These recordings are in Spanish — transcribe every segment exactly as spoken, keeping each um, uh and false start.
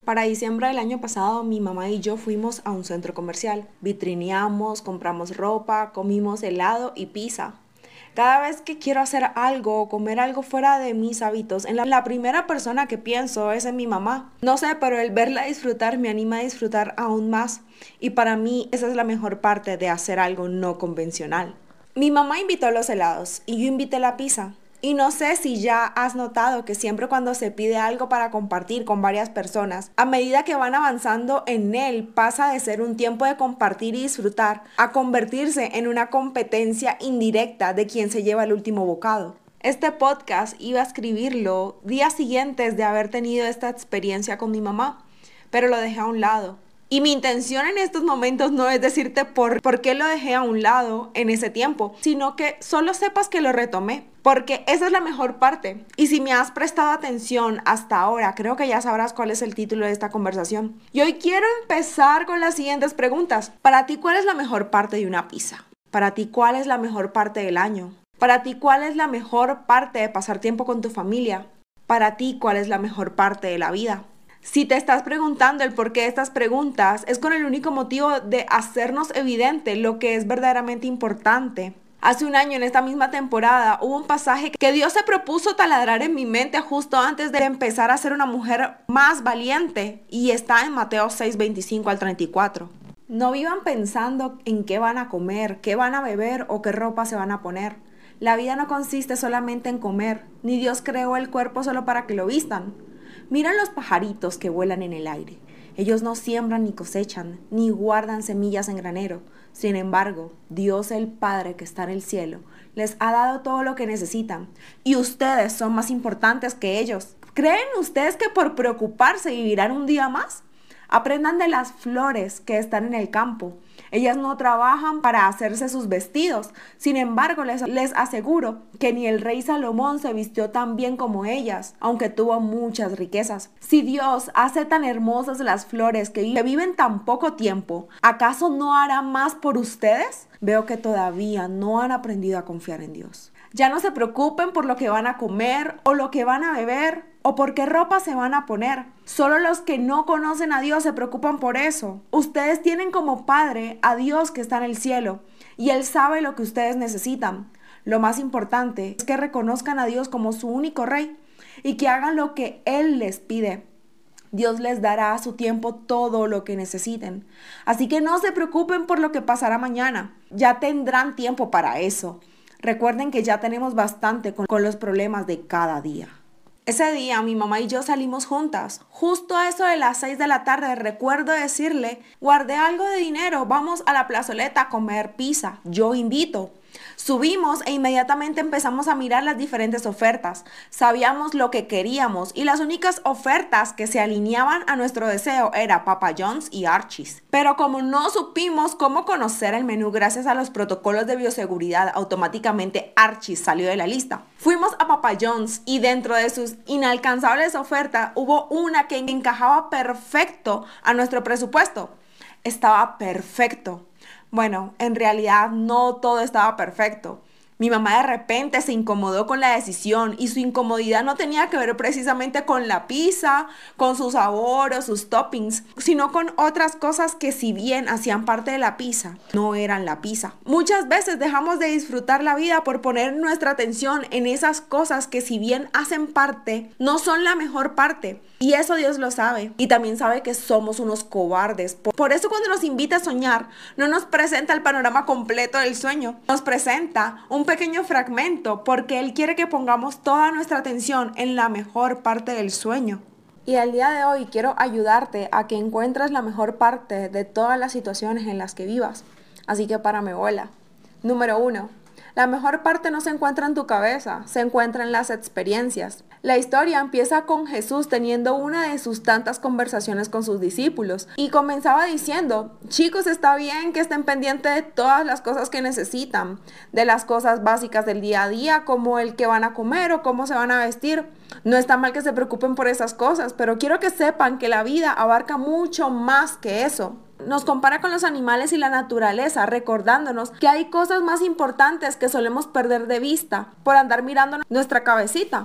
Para diciembre del año pasado, mi mamá y yo fuimos a un centro comercial. Vitrineamos, compramos ropa, comimos helado y pizza. Cada vez que quiero hacer algo o comer algo fuera de mis hábitos, en la, la primera persona que pienso es en mi mamá. No sé, pero el verla disfrutar me anima a disfrutar aún más. Y para mí esa es la mejor parte de hacer algo no convencional. Mi mamá invitó los helados y yo invité la pizza. Y no sé si ya has notado que siempre cuando se pide algo para compartir con varias personas, a medida que van avanzando en él, pasa de ser un tiempo de compartir y disfrutar a convertirse en una competencia indirecta de quien se lleva el último bocado. Este podcast iba a escribirlo días siguientes de haber tenido esta experiencia con mi mamá, pero lo dejé a un lado. Y mi intención en estos momentos no es decirte por, por qué lo dejé a un lado en ese tiempo, sino que solo sepas que lo retomé, porque esa es la mejor parte. Y si me has prestado atención hasta ahora, creo que ya sabrás cuál es el título de esta conversación. Y hoy quiero empezar con las siguientes preguntas. Para ti, ¿cuál es la mejor parte de una pizza? Para ti, ¿cuál es la mejor parte del año? Para ti, ¿cuál es la mejor parte de pasar tiempo con tu familia? Para ti, ¿cuál es la mejor parte de la vida? Si te estás preguntando el por qué de estas preguntas, es con el único motivo de hacernos evidente lo que es verdaderamente importante. Hace un año, en esta misma temporada, hubo un pasaje que Dios se propuso taladrar en mi mente justo antes de empezar a ser una mujer más valiente, y está en Mateo seis, veinticinco al treinta y cuatro. No vivan pensando en qué van a comer, qué van a beber o qué ropa se van a poner. La vida no consiste solamente en comer, ni Dios creó el cuerpo solo para que lo vistan. Mira los pajaritos que vuelan en el aire. Ellos no siembran ni cosechan, ni guardan semillas en granero. Sin embargo, Dios el Padre que está en el cielo les ha dado todo lo que necesitan. Y ustedes son más importantes que ellos. ¿Creen ustedes que por preocuparse vivirán un día más? Aprendan de las flores que están en el campo. Ellas no trabajan para hacerse sus vestidos. Sin embargo, les, les aseguro que ni el rey Salomón se vistió tan bien como ellas, aunque tuvo muchas riquezas. Si Dios hace tan hermosas las flores que, que viven tan poco tiempo, ¿acaso no hará más por ustedes? Veo que todavía no han aprendido a confiar en Dios. Ya no se preocupen por lo que van a comer o lo que van a beber o por qué ropa se van a poner. Solo los que no conocen a Dios se preocupan por eso. Ustedes tienen como padre a Dios que está en el cielo y Él sabe lo que ustedes necesitan. Lo más importante es que reconozcan a Dios como su único rey y que hagan lo que Él les pide. Dios les dará a su tiempo todo lo que necesiten. Así que no se preocupen por lo que pasará mañana. Ya tendrán tiempo para eso. Recuerden que ya tenemos bastante con, con los problemas de cada día. Ese día mi mamá y yo salimos juntas. Justo a eso de las seis de la tarde recuerdo decirle, guardé algo de dinero, vamos a la plazoleta a comer pizza, yo invito. Subimos e inmediatamente empezamos a mirar las diferentes ofertas. Sabíamos lo que queríamos y las únicas ofertas que se alineaban a nuestro deseo era Papa John's y Archie's. Pero como no supimos cómo conocer el menú gracias a los protocolos de bioseguridad, automáticamente Archie's salió de la lista. Fuimos a Papa John's y dentro de sus inalcanzables ofertas hubo una que encajaba perfecto a nuestro presupuesto. Estaba perfecto. Bueno, en realidad no todo estaba perfecto. Mi mamá de repente se incomodó con la decisión y su incomodidad no tenía que ver precisamente con la pizza, con su sabor o sus toppings, sino con otras cosas que si bien hacían parte de la pizza, no eran la pizza. Muchas veces dejamos de disfrutar la vida por poner nuestra atención en esas cosas que si bien hacen parte, no son la mejor parte. Y eso Dios lo sabe. Y también sabe que somos unos cobardes. Por eso cuando nos invita a soñar, no nos presenta el panorama completo del sueño. Nos presenta un pequeño fragmento porque Él quiere que pongamos toda nuestra atención en la mejor parte del sueño. Y al día de hoy quiero ayudarte a que encuentres la mejor parte de todas las situaciones en las que vivas. Así que párame bola. Número uno. La mejor parte no se encuentra en tu cabeza, se encuentra en las experiencias. La historia empieza con Jesús teniendo una de sus tantas conversaciones con sus discípulos y comenzaba diciendo, chicos, está bien que estén pendientes de todas las cosas que necesitan, de las cosas básicas del día a día, como el que van a comer o cómo se van a vestir. No está mal que se preocupen por esas cosas, pero quiero que sepan que la vida abarca mucho más que eso. Nos compara con los animales y la naturaleza, recordándonos que hay cosas más importantes que solemos perder de vista por andar mirando nuestra cabecita.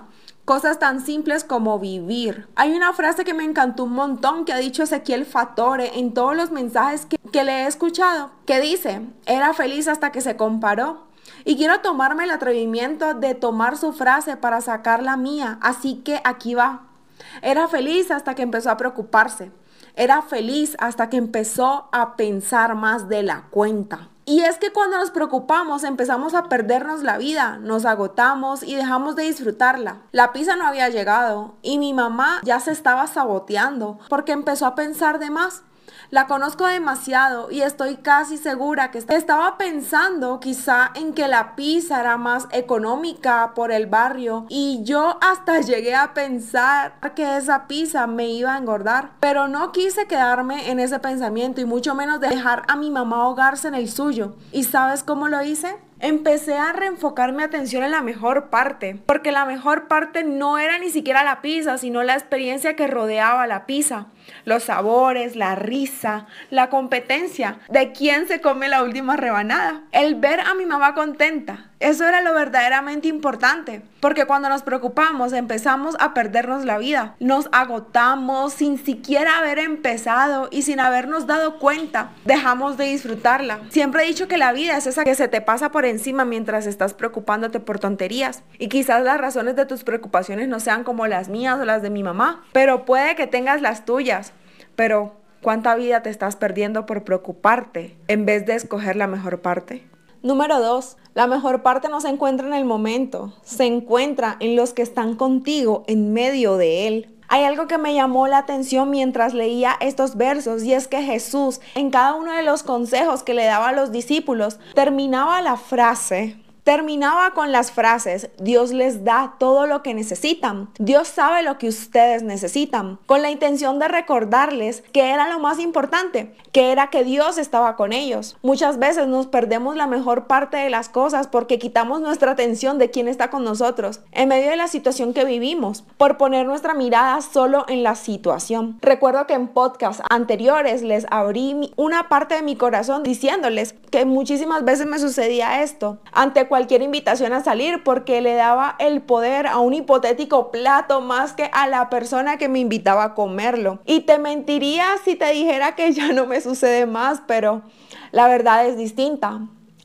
Cosas tan simples como vivir. Hay una frase que me encantó un montón que ha dicho Ezequiel Fatore en todos los mensajes que, que le he escuchado, que dice, era feliz hasta que se comparó. Y quiero tomarme el atrevimiento de tomar su frase para sacar la mía, así que aquí va. Era feliz hasta que empezó a preocuparse. Era feliz hasta que empezó a pensar más de la cuenta. Y es que cuando nos preocupamos empezamos a perdernos la vida, nos agotamos y dejamos de disfrutarla. La pizza no había llegado y mi mamá ya se estaba saboteando porque empezó a pensar de más. La conozco demasiado y estoy casi segura que estaba pensando quizá en que la pizza era más económica por el barrio y yo hasta llegué a pensar que esa pizza me iba a engordar. Pero no quise quedarme en ese pensamiento y mucho menos dejar a mi mamá ahogarse en el suyo. ¿Y sabes cómo lo hice? Empecé a reenfocar mi atención en la mejor parte, porque la mejor parte no era ni siquiera la pizza, sino la experiencia que rodeaba la pizza. Los sabores, la risa, la competencia de quién se come la última rebanada. El ver a mi mamá contenta, eso era lo verdaderamente importante, porque cuando nos preocupamos empezamos a perdernos la vida. Nos agotamos sin siquiera haber empezado y sin habernos dado cuenta, dejamos de disfrutarla. Siempre he dicho que la vida es esa que se te pasa por encima mientras estás preocupándote por tonterías. Y quizás las razones de tus preocupaciones no sean como las mías o las de mi mamá, pero puede que tengas las tuyas. Pero, ¿cuánta vida te estás perdiendo por preocuparte en vez de escoger la mejor parte? Número dos, la mejor parte no se encuentra en el momento, se encuentra en los que están contigo en medio de él. Hay algo que me llamó la atención mientras leía estos versos y es que Jesús, en cada uno de los consejos que le daba a los discípulos, terminaba la frase... Terminaba con las frases, Dios les da todo lo que necesitan. Dios sabe lo que ustedes necesitan, con la intención de recordarles que era lo más importante, que era que Dios estaba con ellos. Muchas veces nos perdemos la mejor parte de las cosas porque quitamos nuestra atención de quién está con nosotros en medio de la situación que vivimos, por poner nuestra mirada solo en la situación. Recuerdo que en podcasts anteriores les abrí una parte de mi corazón diciéndoles que muchísimas veces me sucedía esto ante cualquier invitación a salir porque le daba el poder a un hipotético plato más que a la persona que me invitaba a comerlo. Y te mentiría si te dijera que ya no me sucede más, pero la verdad es distinta.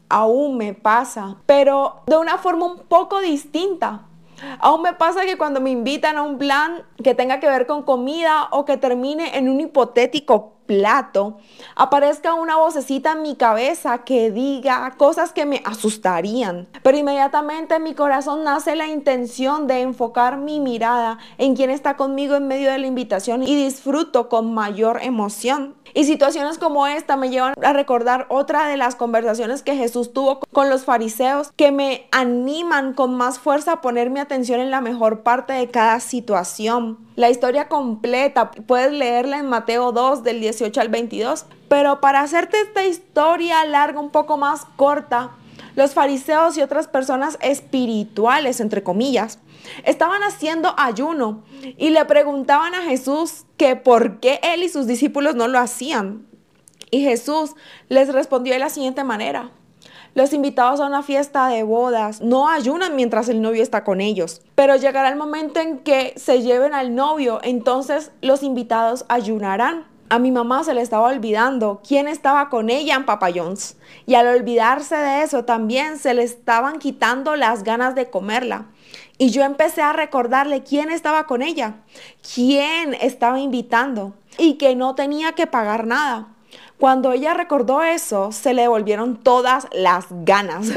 Aún me pasa, pero de una forma un poco distinta. Aún me pasa que cuando me invitan a un plan que tenga que ver con comida o que termine en un hipotético plato, aparezca una vocecita en mi cabeza que diga cosas que me asustarían. Pero inmediatamente en mi corazón nace la intención de enfocar mi mirada en quien está conmigo en medio de la invitación y disfruto con mayor emoción. Y situaciones como esta me llevan a recordar otra de las conversaciones que Jesús tuvo con los fariseos que me animan con más fuerza a poner mi atención en la mejor parte de cada situación. La historia completa puedes leerla en Mateo dos del dieciocho al veintidós, pero para hacerte esta historia larga, un poco más corta, los fariseos y otras personas espirituales, entre comillas, estaban haciendo ayuno y le preguntaban a Jesús que por qué él y sus discípulos no lo hacían. Y Jesús les respondió de la siguiente manera: los invitados a una fiesta de bodas no ayunan mientras el novio está con ellos, pero llegará el momento en que se lleven al novio, entonces los invitados ayunarán. A mi mamá se le estaba olvidando quién estaba con ella en Papa John's. Y al olvidarse de eso también se le estaban quitando las ganas de comerla. Y yo empecé a recordarle quién estaba con ella, quién estaba invitando y que no tenía que pagar nada. Cuando ella recordó eso, se le devolvieron todas las ganas.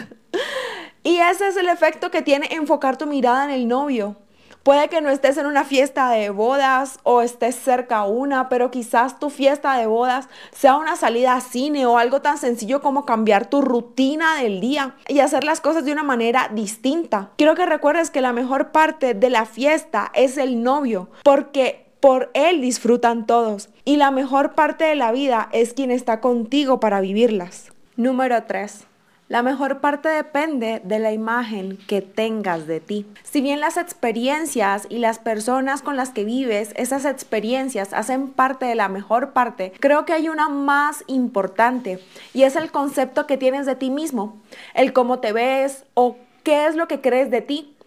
Y ese es el efecto que tiene enfocar tu mirada en el novio. Puede que no estés en una fiesta de bodas o estés cerca a una, pero quizás tu fiesta de bodas sea una salida a cine o algo tan sencillo como cambiar tu rutina del día y hacer las cosas de una manera distinta. Quiero que recuerdes que la mejor parte de la fiesta es el novio, porque por él disfrutan todos. Y la mejor parte de la vida es quien está contigo para vivirlas. Número tres. La mejor parte depende de la imagen que tengas de ti. Si bien las experiencias y las personas con las que vives, esas experiencias hacen parte de la mejor parte, creo que hay una más importante y es el concepto que tienes de ti mismo, el cómo te ves o qué es lo que crees de ti.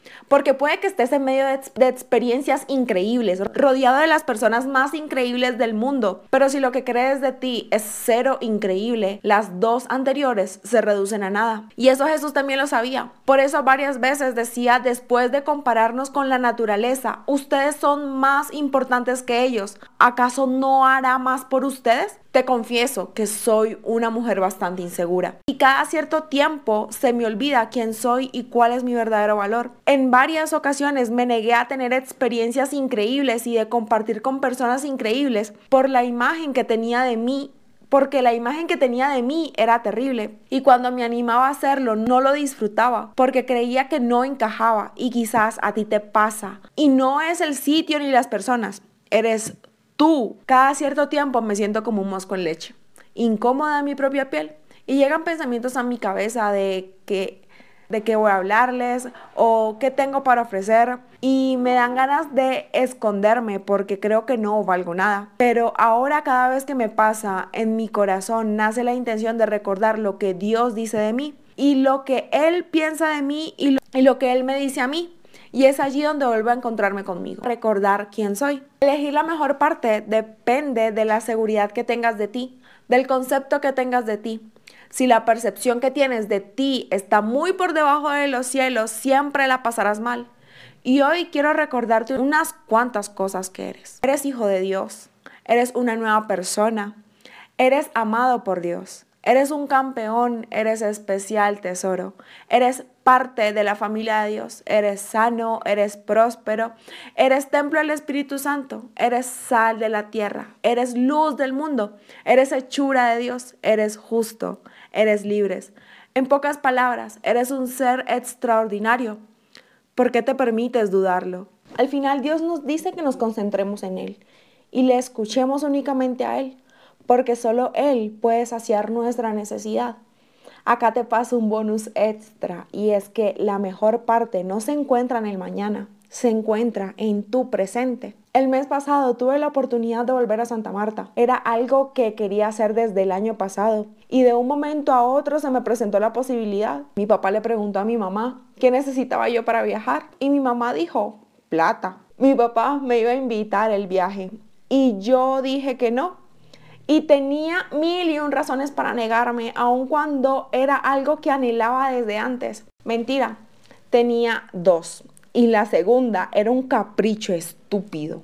Porque puede que estés en medio de, ex- de experiencias increíbles, rodeado de las personas más increíbles del mundo. Pero si lo que crees de ti es cero increíble, las dos anteriores se reducen a nada. Y eso Jesús también lo sabía. Por eso varias veces decía, después de compararnos con la naturaleza, ustedes son más importantes que ellos. ¿Acaso no hará más por ustedes? Te confieso que soy una mujer bastante insegura y cada cierto tiempo se me olvida quién soy y cuál es mi verdadero valor. En varias ocasiones me negué a tener experiencias increíbles y de compartir con personas increíbles por la imagen que tenía de mí, porque la imagen que tenía de mí era terrible y cuando me animaba a hacerlo no lo disfrutaba porque creía que no encajaba y quizás a ti te pasa. Y no es el sitio ni las personas, eres tú. Cada cierto tiempo me siento como un mosco en leche, incómoda en mi propia piel y llegan pensamientos a mi cabeza de que de qué voy a hablarles o qué tengo para ofrecer y me dan ganas de esconderme porque creo que no valgo nada. Pero ahora cada vez que me pasa, en mi corazón nace la intención de recordar lo que Dios dice de mí y lo que Él piensa de mí y lo, y lo que Él me dice a mí. Y es allí donde vuelvo a encontrarme conmigo. Recordar quién soy. Elegir la mejor parte depende de la seguridad que tengas de ti, del concepto que tengas de ti. Si la percepción que tienes de ti está muy por debajo de los cielos, siempre la pasarás mal. Y hoy quiero recordarte unas cuantas cosas que eres. Eres hijo de Dios, eres una nueva persona, eres amado por Dios, eres un campeón, eres especial tesoro, eres parte de la familia de Dios, eres sano, eres próspero, eres templo del Espíritu Santo, eres sal de la tierra, eres luz del mundo, eres hechura de Dios, eres justo, eres libre. En pocas palabras, eres un ser extraordinario. ¿Por qué te permites dudarlo? Al final Dios nos dice que nos concentremos en Él y le escuchemos únicamente a Él, porque solo Él puede saciar nuestra necesidad. Acá te paso un bonus extra y es que la mejor parte no se encuentra en el mañana, se encuentra en tu presente. El mes pasado tuve la oportunidad de volver a Santa Marta. Era algo que quería hacer desde el año pasado y de un momento a otro se me presentó la posibilidad. Mi papá le preguntó a mi mamá qué necesitaba yo para viajar y mi mamá dijo, plata. Mi papá me iba a invitar el viaje y yo dije que no. Y tenía mil y un razones para negarme, aun cuando era algo que anhelaba desde antes. Mentira, tenía dos. Y la segunda era un capricho estúpido.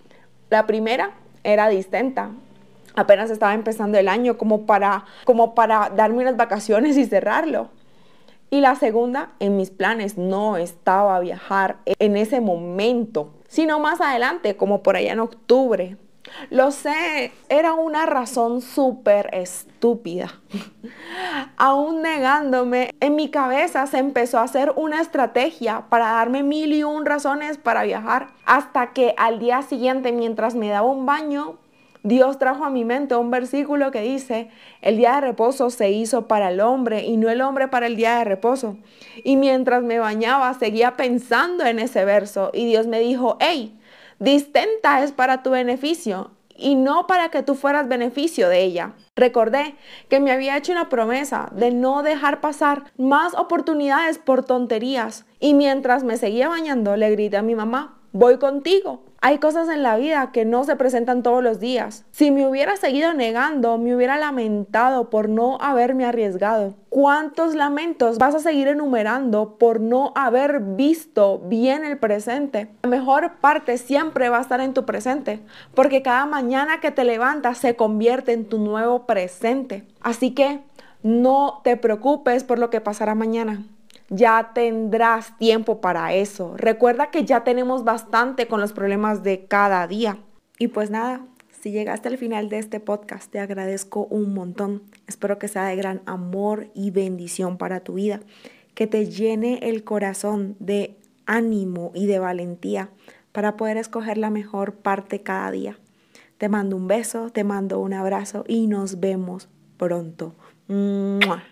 La primera era distinta. Apenas estaba empezando el año como para, como para darme unas vacaciones y cerrarlo. Y la segunda, en mis planes no estaba viajar en ese momento, sino más adelante, como por allá en octubre. Lo sé, era una razón súper estúpida. Aún negándome, en mi cabeza se empezó a hacer una estrategia para darme mil y un razones para viajar. Hasta que al día siguiente, mientras me daba un baño, Dios trajo a mi mente un versículo que dice, el día de reposo se hizo para el hombre y no el hombre para el día de reposo. Y mientras me bañaba, seguía pensando en ese verso y Dios me dijo, hey, distinta es para tu beneficio y no para que tú fueras beneficio de ella. Recordé que me había hecho una promesa de no dejar pasar más oportunidades por tonterías y mientras me seguía bañando le grité a mi mamá, voy contigo. Hay cosas en la vida que no se presentan todos los días. Si me hubiera seguido negando, me hubiera lamentado por no haberme arriesgado. ¿Cuántos lamentos vas a seguir enumerando por no haber visto bien el presente? La mejor parte siempre va a estar en tu presente, porque cada mañana que te levantas se convierte en tu nuevo presente. Así que no te preocupes por lo que pasará mañana. Ya tendrás tiempo para eso. Recuerda que ya tenemos bastante con los problemas de cada día. Y pues nada, si llegaste al final de este podcast, te agradezco un montón. Espero que sea de gran amor y bendición para tu vida. Que te llene el corazón de ánimo y de valentía para poder escoger la mejor parte cada día. Te mando un beso, te mando un abrazo y nos vemos pronto. ¡Mua!